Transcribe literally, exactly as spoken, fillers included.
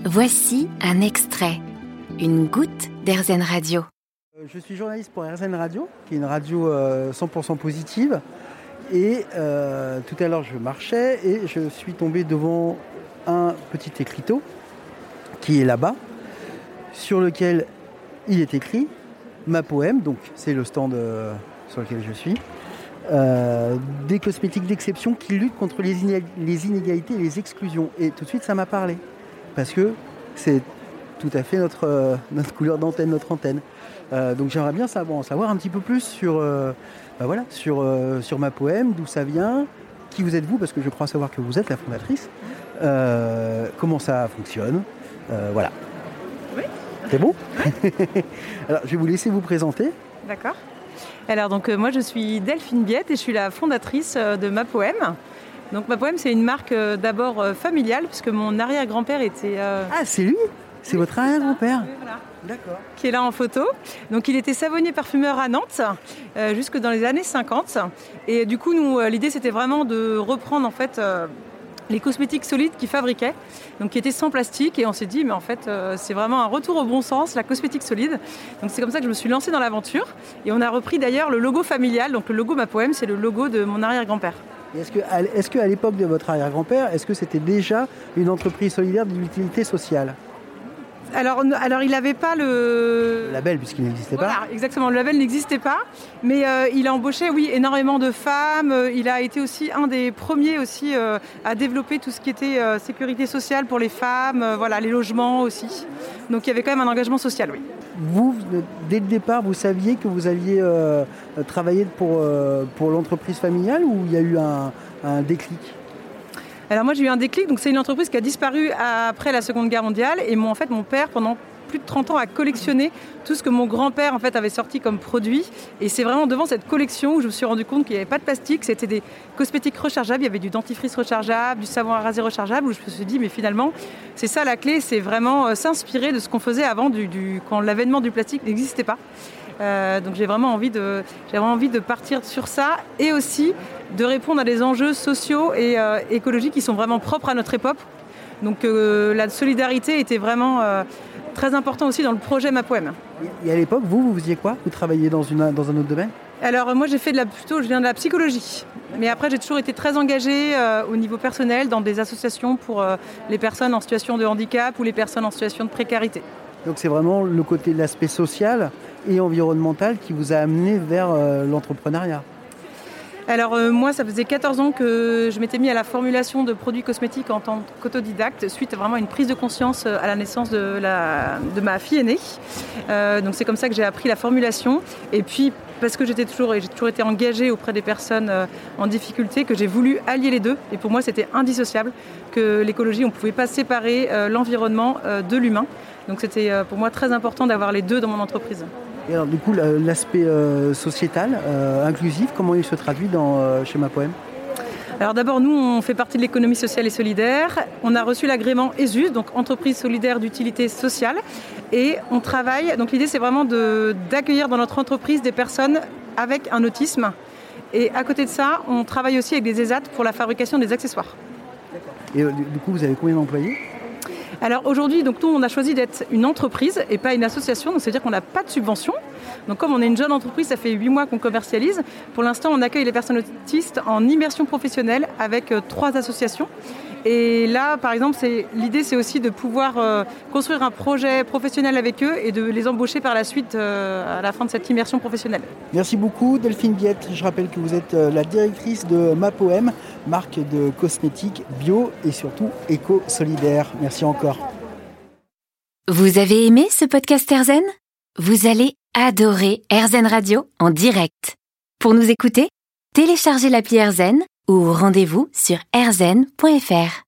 Voici un extrait, une goutte d'Airzen Radio. Je suis journaliste pour Airzen Radio, qui est une radio euh, cent pour cent positive. Et euh, tout à l'heure, je marchais et je suis tombé devant un petit écriteau qui est là-bas, sur lequel il est écrit MaPoem, donc c'est le stand euh, sur lequel je suis. Euh, des cosmétiques d'exception qui luttent contre les, iné- les inégalités et les exclusions. Et tout de suite, ça m'a parlé. Parce que c'est tout à fait notre, euh, notre couleur d'antenne, notre antenne. Euh, donc j'aimerais bien savoir, en savoir un petit peu plus sur, euh, bah voilà, sur, euh, sur MaPoem, d'où ça vient, qui vous êtes vous, parce que je crois savoir que vous êtes la fondatrice, euh, comment ça fonctionne, euh, voilà. Oui. C'est bon ? Oui. Alors je vais vous laisser vous présenter. D'accord. Alors donc euh, moi je suis Delphine Biette et je suis la fondatrice euh, de MaPoem. Donc MaPoem c'est une marque euh, d'abord euh, familiale puisque mon arrière-grand-père était... Euh... Ah c'est lui ? C'est oui, votre arrière-grand-père ? Oui, voilà. D'accord. Qui est là en photo. Donc il était savonnier parfumeur à Nantes euh, jusque dans les années cinquante. Et du coup nous euh, l'idée c'était vraiment de reprendre en fait... Euh, les cosmétiques solides qu'ils fabriquaient, donc qui étaient sans plastique, et on s'est dit mais en fait euh, c'est vraiment un retour au bon sens, la cosmétique solide. Donc c'est comme ça que je me suis lancée dans l'aventure, et on a repris d'ailleurs le logo familial, donc le logo MaPoem, c'est le logo de mon arrière-grand-père. Et est-ce que, est-ce qu'à l'époque de votre arrière-grand-père, est-ce que c'était déjà une entreprise solidaire d'utilité sociale ? Alors, alors il n'avait pas le... Le label, puisqu'il n'existait voilà, pas. Exactement, le label n'existait pas, mais euh, il a embauché, oui, énormément de femmes. Il a été aussi un des premiers aussi euh, à développer tout ce qui était euh, sécurité sociale pour les femmes, euh, voilà, les logements aussi. Donc il y avait quand même un engagement social, oui. Vous, dès le départ, vous saviez que vous alliez euh, travailler pour, euh, pour l'entreprise familiale, ou il y a eu un, un déclic ? Alors moi j'ai eu un déclic, donc c'est une entreprise qui a disparu après la Seconde Guerre mondiale, et mon, en fait mon père pendant plus de trente ans a collectionné tout ce que mon grand-père en fait avait sorti comme produit, et c'est vraiment devant cette collection où je me suis rendu compte qu'il n'y avait pas de plastique, c'était des cosmétiques rechargeables, il y avait du dentifrice rechargeable, du savon à raser rechargeable, où je me suis dit mais finalement c'est ça la clé, c'est vraiment euh, s'inspirer de ce qu'on faisait avant du, du, quand l'avènement du plastique n'existait pas. Euh, donc j'ai vraiment envie de, j'ai vraiment envie de partir sur ça, et aussi de répondre à des enjeux sociaux et euh, écologiques qui sont vraiment propres à notre époque. Donc euh, la solidarité était vraiment euh, très important aussi dans le projet MaPoem. Et à l'époque, vous, vous faisiez quoi ? Vous travailliez dans, une, dans un autre domaine ? Alors moi j'ai fait de la, plutôt, je viens de la psychologie. Mais après j'ai toujours été très engagée euh, au niveau personnel dans des associations pour euh, les personnes en situation de handicap ou les personnes en situation de précarité. Donc c'est vraiment le côté de l'aspect social et environnemental qui vous a amené vers euh, l'entrepreneuriat. Alors euh, moi, ça faisait quatorze ans que je m'étais mis à la formulation de produits cosmétiques en tant qu'autodidacte, suite à vraiment une prise de conscience à la naissance de, la, de ma fille aînée. Euh, donc c'est comme ça que j'ai appris la formulation. Et puis parce que j'étais toujours, et j'ai toujours été engagée auprès des personnes euh, en difficulté, que j'ai voulu allier les deux. Et pour moi, c'était indissociable que l'écologie, on ne pouvait pas séparer euh, l'environnement euh, de l'humain. Donc c'était euh, pour moi très important d'avoir les deux dans mon entreprise. Et alors du coup, l'aspect euh, sociétal, euh, inclusif, comment il se traduit dans, euh, chez MaPoem ? Alors d'abord, nous, on fait partie de l'économie sociale et solidaire. On a reçu l'agrément E S U S, donc entreprise solidaire d'utilité sociale. Et on travaille, donc l'idée c'est vraiment de, d'accueillir dans notre entreprise des personnes avec un autisme. Et à côté de ça, on travaille aussi avec des ESAT pour la fabrication des accessoires. Et euh, du coup, vous avez combien d'employés ? Alors aujourd'hui, donc nous, on a choisi d'être une entreprise et pas une association, donc c'est-à-dire qu'on n'a pas de subvention. Donc comme on est une jeune entreprise, ça fait huit mois qu'on commercialise. Pour l'instant, on accueille les personnes autistes en immersion professionnelle avec euh, trois associations. Et là, par exemple, c'est, l'idée, c'est aussi de pouvoir euh, construire un projet professionnel avec eux et de les embaucher par la suite euh, à la fin de cette immersion professionnelle. Merci beaucoup, Delphine Biette. Je rappelle que vous êtes euh, la directrice de MaPoem, marque de cosmétiques bio et surtout éco-solidaire. Merci encore. Vous avez aimé ce podcast Airzen ? Vous allez adorer Airzen Radio en direct. Pour nous écouter, téléchargez l'appli Airzen ou rendez-vous sur airzen point f r.